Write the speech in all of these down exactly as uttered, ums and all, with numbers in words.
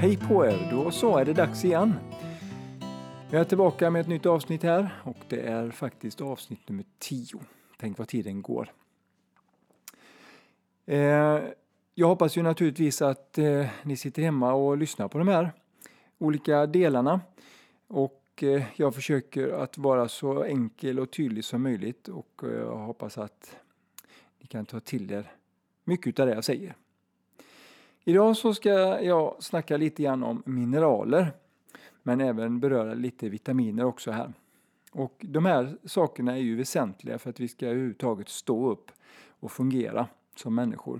Hej på er, då så är det dags igen. Jag är tillbaka med ett nytt avsnitt här och det är faktiskt avsnitt nummer tio. Tänk vad tiden går. Eh, jag hoppas ju naturligtvis att eh, ni sitter hemma och lyssnar på de här olika delarna. Och eh, jag försöker att vara så enkel och tydlig som möjligt och eh, jag hoppas att ni kan ta till er mycket av det jag säger. Idag så ska jag snacka lite grann om mineraler, men även beröra lite vitaminer också här. Och de här sakerna är ju väsentliga för att vi ska överhuvudtaget stå upp och fungera som människor.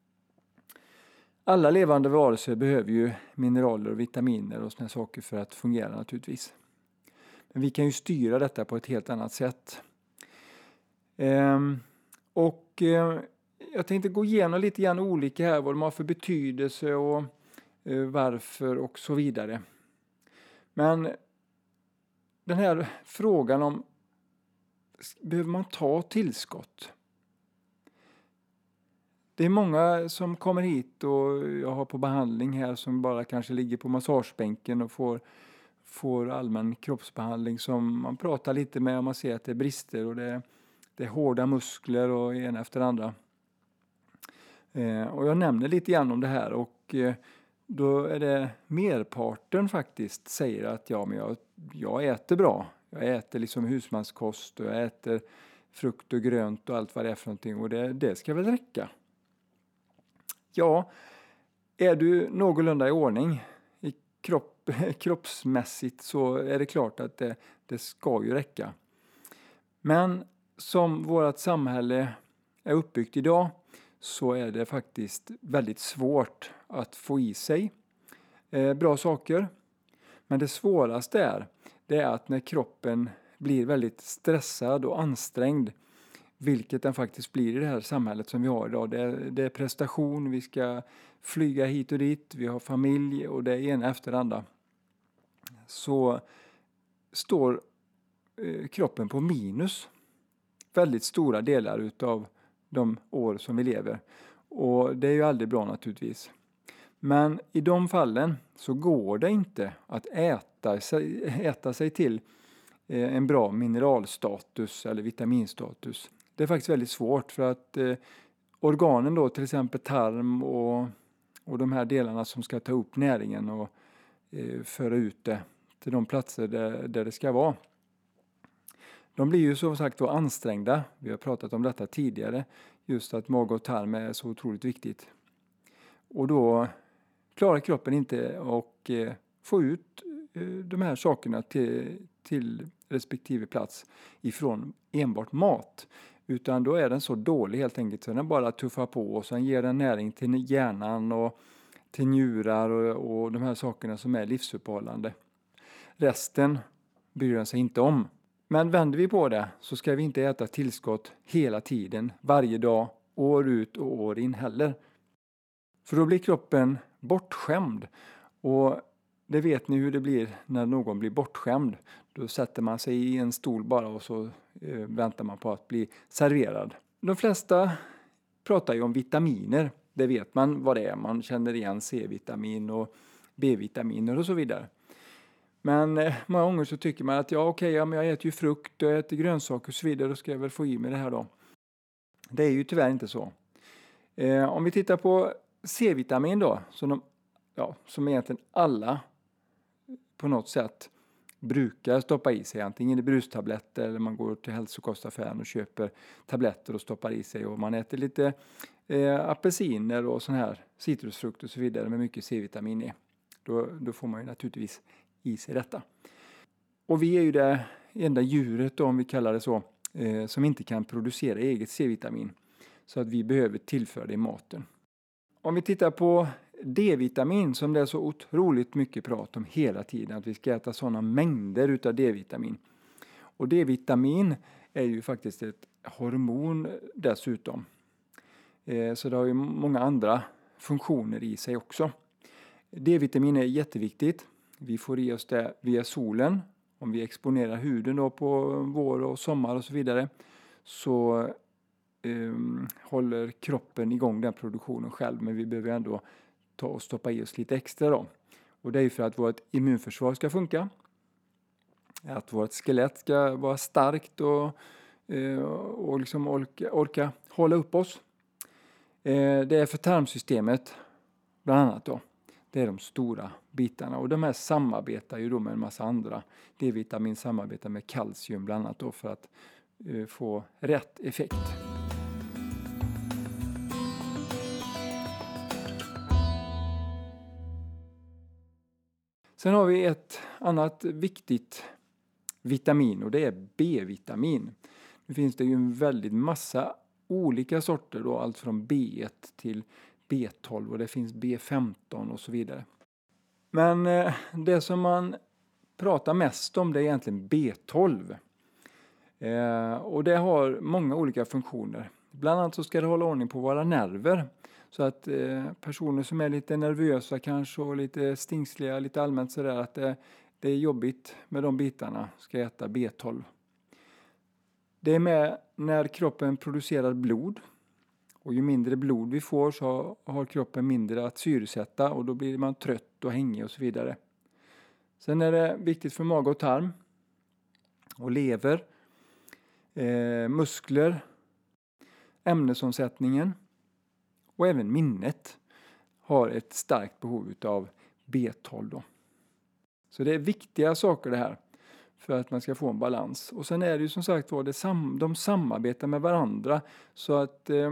Alla levande varelser behöver ju mineraler och vitaminer och såna saker för att fungera naturligtvis. Men vi kan ju styra detta på ett helt annat sätt. Ehm, och... Eh, Jag tänkte gå igenom lite grann olika här, vad de har för betydelse och eh, varför och så vidare. Men den här frågan om, behöver man ta tillskott? Det är många som kommer hit och jag har på behandling här som bara kanske ligger på massagebänken och får, får allmän kroppsbehandling som man pratar lite med och man ser att det är brister och det, det är hårda muskler och ena efter andra. Eh, och jag nämner lite grann om det här och eh, då är det merparten faktiskt säger att ja, men jag, jag äter bra. Jag äter liksom husmanskost och jag äter frukt och grönt och allt vad det är för någonting och det, det ska väl räcka. Ja, är du någorlunda i ordning i kropp, kroppsmässigt så är det klart att det, det ska ju räcka. Men som vårt samhälle är uppbyggt idag så är det faktiskt väldigt svårt att få i sig eh, bra saker. Men det svåraste är, det är att när kroppen blir väldigt stressad och ansträngd, vilket den faktiskt blir i det här samhället som vi har idag. Det är, det är prestation, vi ska flyga hit och dit, vi har familj och det är ena efter det andra. Så står eh, kroppen på minus väldigt stora delar utav de år som vi lever. Och det är ju aldrig bra naturligtvis. Men i de fallen så går det inte att äta sig, äta sig till en bra mineralstatus eller vitaminstatus. Det är faktiskt väldigt svårt för att eh, organen då, till exempel tarm och, och de här delarna som ska ta upp näringen och eh, föra ut det till de platser där, där det ska vara. De blir ju som sagt då ansträngda. Vi har pratat om detta tidigare. Just att mage och tarm är så otroligt viktigt. Och då klarar kroppen inte att eh, få ut eh, de här sakerna till, till respektive plats ifrån enbart mat. Utan då är den så dålig helt enkelt så den bara tuffar på och sen ger den näring till hjärnan och till njurar och, och de här sakerna som är livsuppehållande. Resten bryr den sig inte om. Men vänder vi på det så ska vi inte äta tillskott hela tiden, varje dag, år ut och år in heller. För då blir kroppen bortskämd. Och det vet ni hur det blir när någon blir bortskämd. Då sätter man sig i en stol bara och så eh, väntar man på att bli serverad. De flesta pratar ju om vitaminer. Det vet man vad det är. Man känner igen C-vitamin och B-vitaminer och så vidare. Men eh, många gånger så tycker man att ja okej, ja, men jag äter ju frukt och jag äter grönsaker och så vidare. Då ska jag väl få i mig det här då. Det är ju tyvärr inte så. Eh, om vi tittar på C-vitamin då. Som, de, ja, som egentligen alla på något sätt brukar stoppa i sig. Antingen i brustabletter eller man går till hälsokostaffären och köper tabletter och stoppar i sig. Och man äter lite eh, apelsiner och sån här citrusfrukt och så vidare med mycket C-vitamin i. Då, då får man ju naturligtvis i sig detta. Och vi är ju det enda djuret då, om vi kallar det så, eh, som inte kan producera eget C-vitamin. Så att vi behöver tillföra det i maten. Om vi tittar på D-vitamin som det är så otroligt mycket prat om hela tiden. Att vi ska äta sådana mängder utav D-vitamin. Och D-vitamin är ju faktiskt ett hormon dessutom. Eh, så det har ju många andra funktioner i sig också. D-vitamin är jätteviktigt. Vi får i oss det via solen. Om vi exponerar huden då på vår och sommar och så vidare. Så um, håller kroppen igång den produktionen själv. Men vi behöver ändå ta och stoppa i oss lite extra då. Och det är ju för att vårt immunförsvar ska funka. Att vårt skelett ska vara starkt och, och liksom orka, orka hålla upp oss. Det är för tarmsystemet bland annat då. Det är de stora bitarna. Och de här samarbetar ju då med en massa andra. D-vitamin samarbetar med kalcium bland annat då för att uh, få rätt effekt. Sen har vi ett annat viktigt vitamin och det är B-vitamin. Nu finns det ju en väldigt massa olika sorter då, allt från B ett till B tolv och det finns B femton och så vidare. Men eh, det som man pratar mest om det är egentligen B tolv. Eh, och det har många olika funktioner. Bland annat så ska det hålla ordning på våra nerver. Så att eh, personer som är lite nervösa kanske och lite stingsliga, lite allmänt sådär att det, det är jobbigt med de bitarna ska äta B tolv. Det är med när kroppen producerar blod. Och ju mindre blod vi får så har kroppen mindre att syresätta och då blir man trött och hängig och så vidare. Sen är det viktigt för mage och tarm och lever, eh, muskler, ämnesomsättningen och även minnet har ett starkt behov av B tolv då. Så det är viktiga saker det här för att man ska få en balans. Och sen är det ju som sagt var, det sam- de samarbetar med varandra så att eh,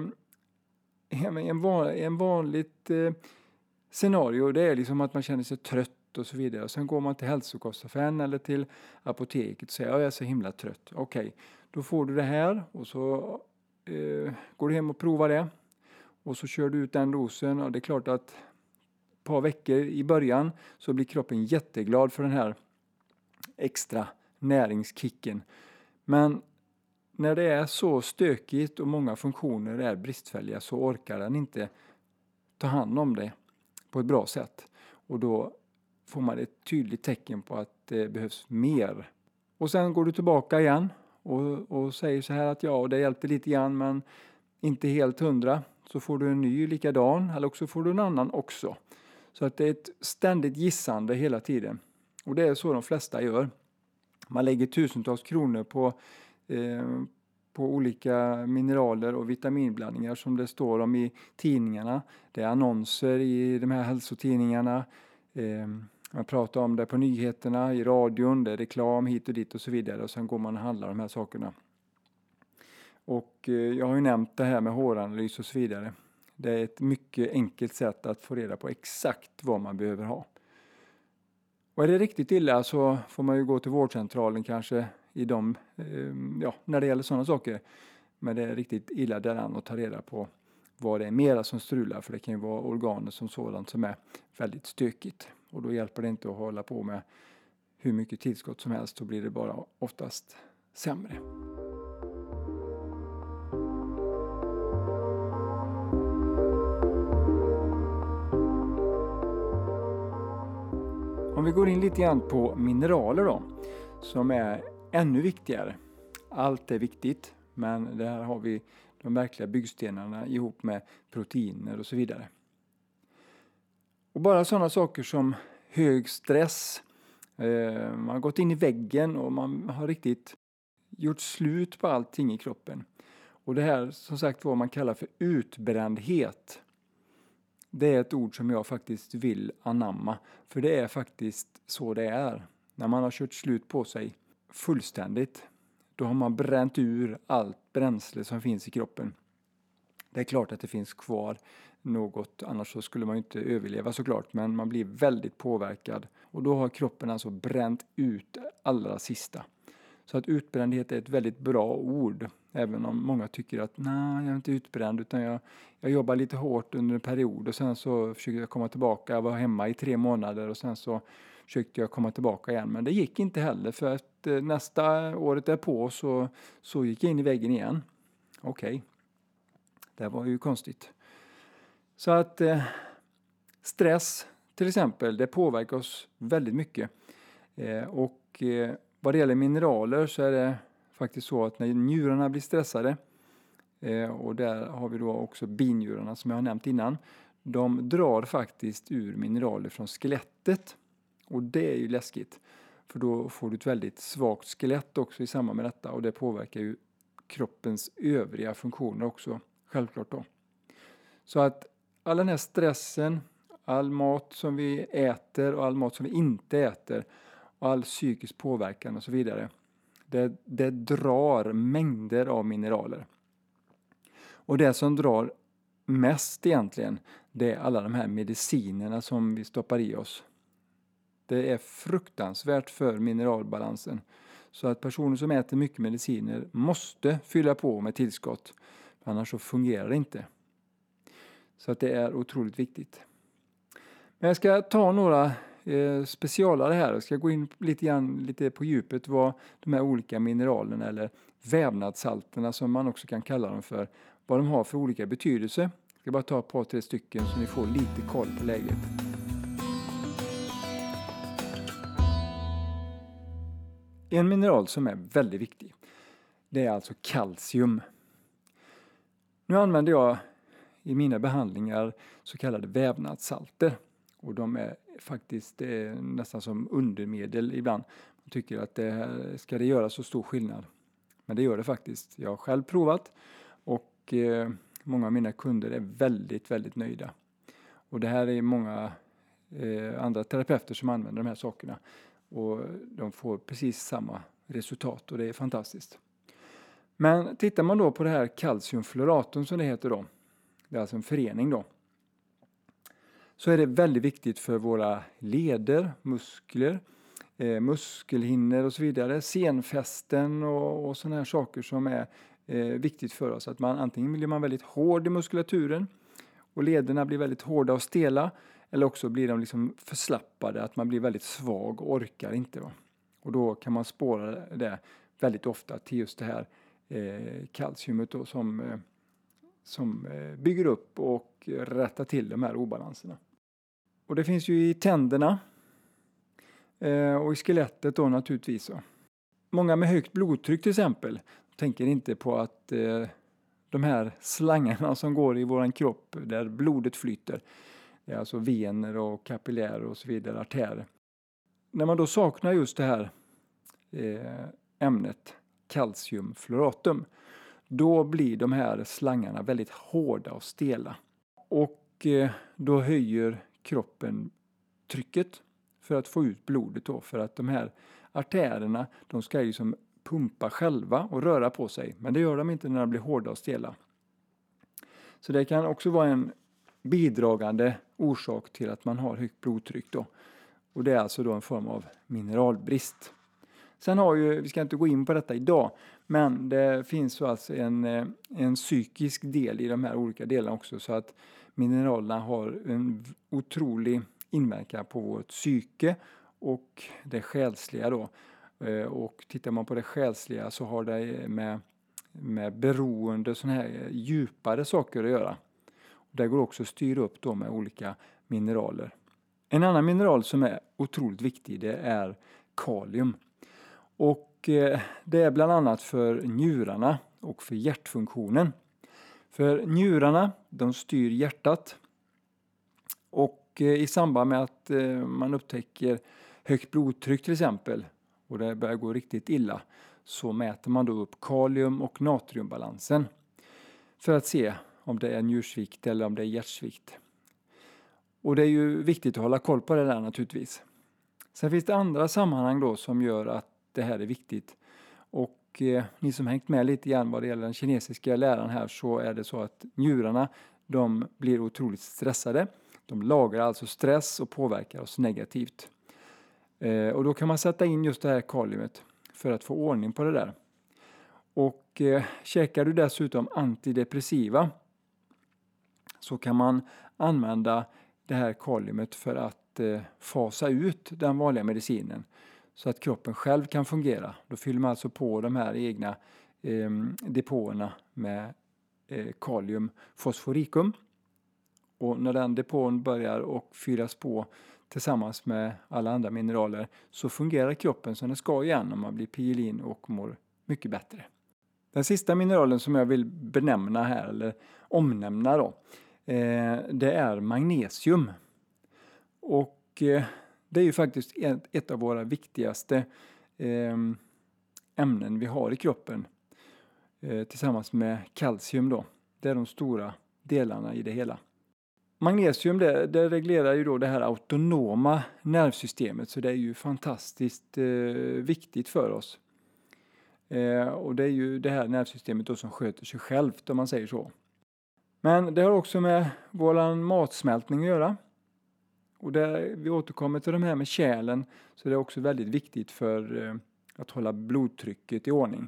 en, van, en vanligt eh, scenario det är liksom att man känner sig trött och så vidare. Sen går man till hälsokostaffären eller till apoteket och säger att jag är så himla trött. Okej, okay, då får du det här och så eh, går du hem och provar det. Och så kör du ut den dosen och det är klart att ett par veckor i början så blir kroppen jätteglad för den här extra näringskicken. Men när det är så stökigt och många funktioner är bristfälliga så orkar den inte ta hand om det på ett bra sätt. Och då får man ett tydligt tecken på att det behövs mer. Och sen går du tillbaka igen och, och säger så här att ja, det hjälpte lite grann men inte helt hundra. Så får du en ny likadan eller också får du en annan också. Så att det är ett ständigt gissande hela tiden. Och det är så de flesta gör. Man lägger tusentals kronor på, eh, på olika mineraler och vitaminblandningar som det står om i tidningarna. Det är annonser i de här hälsotidningarna. Eh, man pratar om det på nyheterna, i radion, det är reklam hit och dit och så vidare. Och sen går man och handlar de här sakerna. Och eh, jag har ju nämnt det här med håranalys och så vidare. Det är ett mycket enkelt sätt att få reda på exakt vad man behöver ha. Och är det riktigt illa så får man ju gå till vårdcentralen kanske i de, eh, ja, när det gäller sådana saker. Men det är riktigt illa däran att ta reda på vad det är mera som strular. För det kan ju vara organer som sådant som är väldigt stökigt. Och då hjälper det inte att hålla på med hur mycket tillskott som helst. Då blir det bara oftast sämre. Om vi går in lite grann på mineraler då, som är ännu viktigare. Allt är viktigt, men där har vi de verkliga byggstenarna ihop med proteiner och så vidare. Och bara sådana saker som hög stress, eh, man har gått in i väggen och man har riktigt gjort slut på allting i kroppen. Och det här som sagt vad man kallar för utbrändhet. Det är ett ord som jag faktiskt vill anamma. För det är faktiskt så det är. När man har kört slut på sig fullständigt. Då har man bränt ur allt bränsle som finns i kroppen. Det är klart att det finns kvar något. Annars så skulle man ju inte överleva såklart. Men man blir väldigt påverkad. Och då har kroppen alltså bränt ut allra sista. Så att utbrändhet är ett väldigt bra ord. Även om många tycker att nej, jag är inte utbränd utan jag, jag jobbar lite hårt under en period. Och sen så försökte jag komma tillbaka. Jag var hemma i tre månader och sen så försökte jag komma tillbaka igen. Men det gick inte heller för att eh, nästa året därpå så, så gick jag in i väggen igen. Okej, okay. Det var ju konstigt. Så att eh, stress till exempel, det påverkar oss väldigt mycket. Eh, och eh, vad det gäller mineraler så är det faktiskt så att när njurarna blir stressade, eh, och där har vi då också binjurarna som jag har nämnt innan, de drar faktiskt ur mineraler från skelettet. Och det är ju läskigt. För då får du ett väldigt svagt skelett också i samband med detta. Och det påverkar ju kroppens övriga funktioner också. Självklart då. Så att all den här stressen, all mat som vi äter och all mat som vi inte äter och all psykisk påverkan och så vidare. Det, det drar mängder av mineraler. Och det som drar mest egentligen, det är alla de här medicinerna som vi stoppar i oss. Det är fruktansvärt för mineralbalansen. Så att personer som äter mycket mediciner måste fylla på med tillskott. Annars så fungerar det inte. Så att det är otroligt viktigt. Men jag ska ta några eh, specialare här. Jag ska gå in lite, grann, lite på djupet vad de här olika mineralerna eller vävnadssalterna som man också kan kalla dem för. Vad de har för olika betydelse. Jag ska bara ta ett par, tre stycken så ni får lite koll på läget. En mineral som är väldigt viktig, det är alltså kalcium. Nu använder jag i mina behandlingar så kallade vävnadssalter. Och de är faktiskt är nästan som undermedel ibland. Man tycker att det här, ska det göra så stor skillnad? Men det gör det faktiskt. Jag har själv provat och eh, många av mina kunder är väldigt, väldigt nöjda. Och det här är många eh, andra terapeuter som använder de här sakerna. Och de får precis samma resultat och det är fantastiskt. Men tittar man då på det här kalciumfluoratum som det heter då. Det är alltså en förening då. Så är det väldigt viktigt för våra leder, muskler, eh, muskelhinnor och så vidare. Senfästen och, och sådana här saker som är eh, viktigt för oss. Att man antingen blir man väldigt hård i muskulaturen och lederna blir väldigt hårda och stela. Eller också blir de liksom förslappade, att man blir väldigt svag och orkar inte. Va? Och då kan man spåra det väldigt ofta till just det här eh, kalciumet då, som, eh, som eh, bygger upp och rättar till de här obalanserna. Och det finns ju i tänderna eh, och i skelettet då naturligtvis. Så. Många med högt blodtryck till exempel tänker inte på att eh, de här slangarna som går i våran kropp där blodet flyter, det är alltså vener och kapillärer och så vidare, artärer. När man då saknar just det här eh, ämnet kalciumfluoratum, då blir de här slangarna väldigt hårda och stela. Och eh, då höjer kroppen trycket för att få ut blodet då, för att de här artärerna, de ska ju som pumpa själva och röra på sig, men det gör de inte när de blir hårda och stela. Så det kan också vara en bidragande orsak till att man har högt blodtryck då. Och det är alltså då en form av mineralbrist. Sen har ju, vi ska inte gå in på detta idag, men det finns alltså en, en psykisk del i de här olika delarna också, så att mineralerna har en otrolig inverkan på vårt psyke och det själsliga då. Och tittar man på det själsliga så har det med, med beroende, sådana här djupare saker att göra. Det går också att styra upp då med olika mineraler. En annan mineral som är otroligt viktig, det är kalium. Och det är bland annat för njurarna och för hjärtfunktionen. För njurarna, de styr hjärtat. Och i samband med att man upptäcker högt blodtryck till exempel, och det börjar gå riktigt illa, så mäter man då upp kalium- och natriumbalansen för att se om det är njursvikt eller om det är hjärtsvikt. Och det är ju viktigt att hålla koll på det där naturligtvis. Sen finns det andra sammanhang då som gör att det här är viktigt. Och eh, ni som hängt med lite grann vad det gäller den kinesiska läran här, så är det så att njurarna, de blir otroligt stressade. De lagrar alltså stress och påverkar oss negativt. Eh, och då kan man sätta in just det här kaliumet för att få ordning på det där. Och eh, käkar du dessutom antidepressiva, så kan man använda det här kaliumet för att eh, fasa ut den vanliga medicinen så att kroppen själv kan fungera. Då fyller man alltså på de här egna eh, depåerna med eh, kalium fosforicum. Och när den depån börjar och fyllas på tillsammans med alla andra mineraler, så fungerar kroppen som den ska igen, och man blir pigelin och mår mycket bättre. Den sista mineralen som jag vill benämna här, eller omnämna då, eh, det är magnesium. Och eh, Det är ju faktiskt ett, ett av våra viktigaste eh, ämnen vi har i kroppen. Eh, tillsammans med kalcium då. Det är de stora delarna i det hela. Magnesium det, det reglerar ju då det här autonoma nervsystemet, så det är ju fantastiskt eh, viktigt för oss. Eh, och det är ju det här nervsystemet då som sköter sig självt, om man säger så. Men det har också med vår matsmältning att göra. Och där vi återkommer till de här med kärlen, så det är också väldigt viktigt för eh, att hålla blodtrycket i ordning.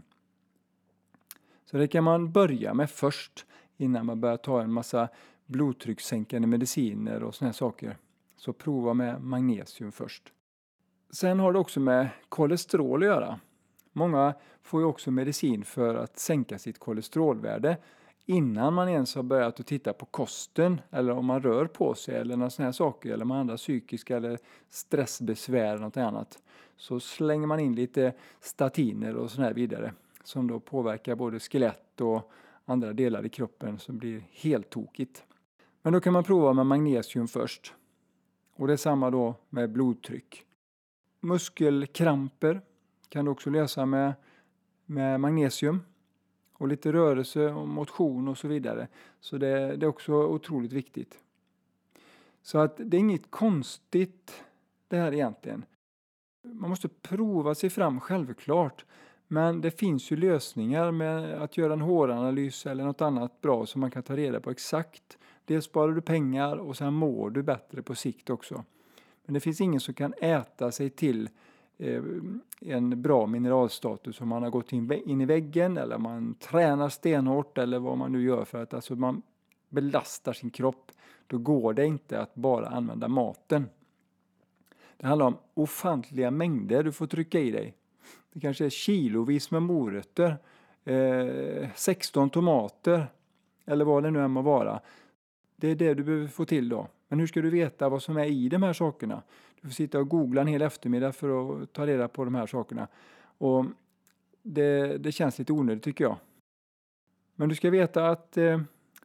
Så det kan man börja med först innan man börjar ta en massa blodtryckssänkande mediciner och såna här saker. Så prova med magnesium först. Sen har det också med kolesterol att göra. Många får ju också medicin för att sänka sitt kolesterolvärde innan man ens har börjat att titta på kosten eller om man rör på sig eller några såna här saker eller med andra psykiska eller stressbesvär eller något annat. Så slänger man in lite statiner och sådär vidare som då påverkar både skelett och andra delar i kroppen som blir helt tokigt. Men då kan man prova med magnesium först. Och det är samma då med blodtryck. Muskelkramper kan du också lösa med, med magnesium. Och lite rörelse och motion och så vidare. Så det, det är också otroligt viktigt. Så att det är inget konstigt det här egentligen. Man måste prova sig fram självklart. Men det finns ju lösningar med att göra en håranalys eller något annat bra som man kan ta reda på exakt. Dels sparar du pengar och sen mår du bättre på sikt också. Men det finns ingen som kan äta sig till eh, en bra mineralstatus om man har gått in, in i väggen eller man tränar stenhårt eller vad man nu gör för att alltså, man belastar sin kropp. Då går det inte att bara använda maten. Det handlar om ofantliga mängder du får trycka i dig. Det kanske är kilovis med morötter, eh, sexton tomater eller vad det nu än må vara. Det är det du behöver få till då. Men hur ska du veta vad som är i de här sakerna? Du får sitta och googla en hel eftermiddag för att ta reda på de här sakerna. Och det, det känns lite onödigt tycker jag. Men du ska veta att eh,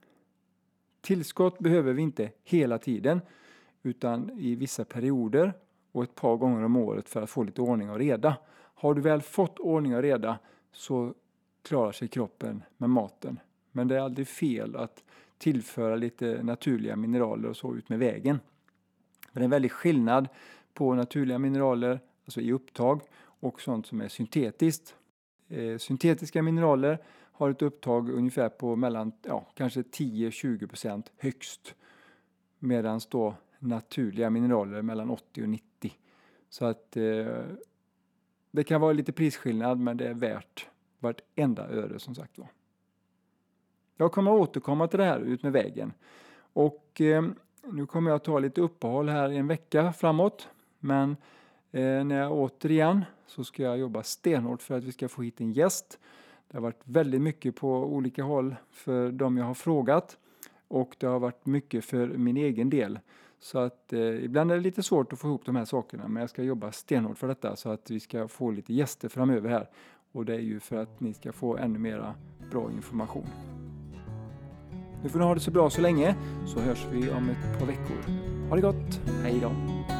tillskott behöver vi inte hela tiden utan i vissa perioder och ett par gånger om året för att få lite ordning och reda. Har du väl fått ordning och reda så klarar sig kroppen med maten. Men det är aldrig fel att tillföra lite naturliga mineraler och så ut med vägen. Det är en väldig skillnad på naturliga mineraler, alltså i upptag, och sånt som är syntetiskt. Eh, syntetiska mineraler har ett upptag ungefär på mellan ja, kanske tio till tjugo procent högst. Medan då naturliga mineraler mellan åttio och nittio. Så att eh, det kan vara lite prisskillnad men det är värt vartenda öre som sagt var. Jag kommer att återkomma till det här ut med vägen. Och eh, nu kommer jag att ta lite uppehåll här i en vecka framåt. Men eh, när jag återigen så ska jag jobba stenhårt för att vi ska få hit en gäst. Det har varit väldigt mycket på olika håll för de jag har frågat. Och det har varit mycket för min egen del. Så att eh, ibland är det lite svårt att få ihop de här sakerna. Men jag ska jobba stenhårt för detta så att vi ska få lite gäster framöver här. Och det är ju för att ni ska få ännu mera bra information. Nu får ni ha det så bra så länge så hörs vi om ett par veckor. Ha det gott, hej då!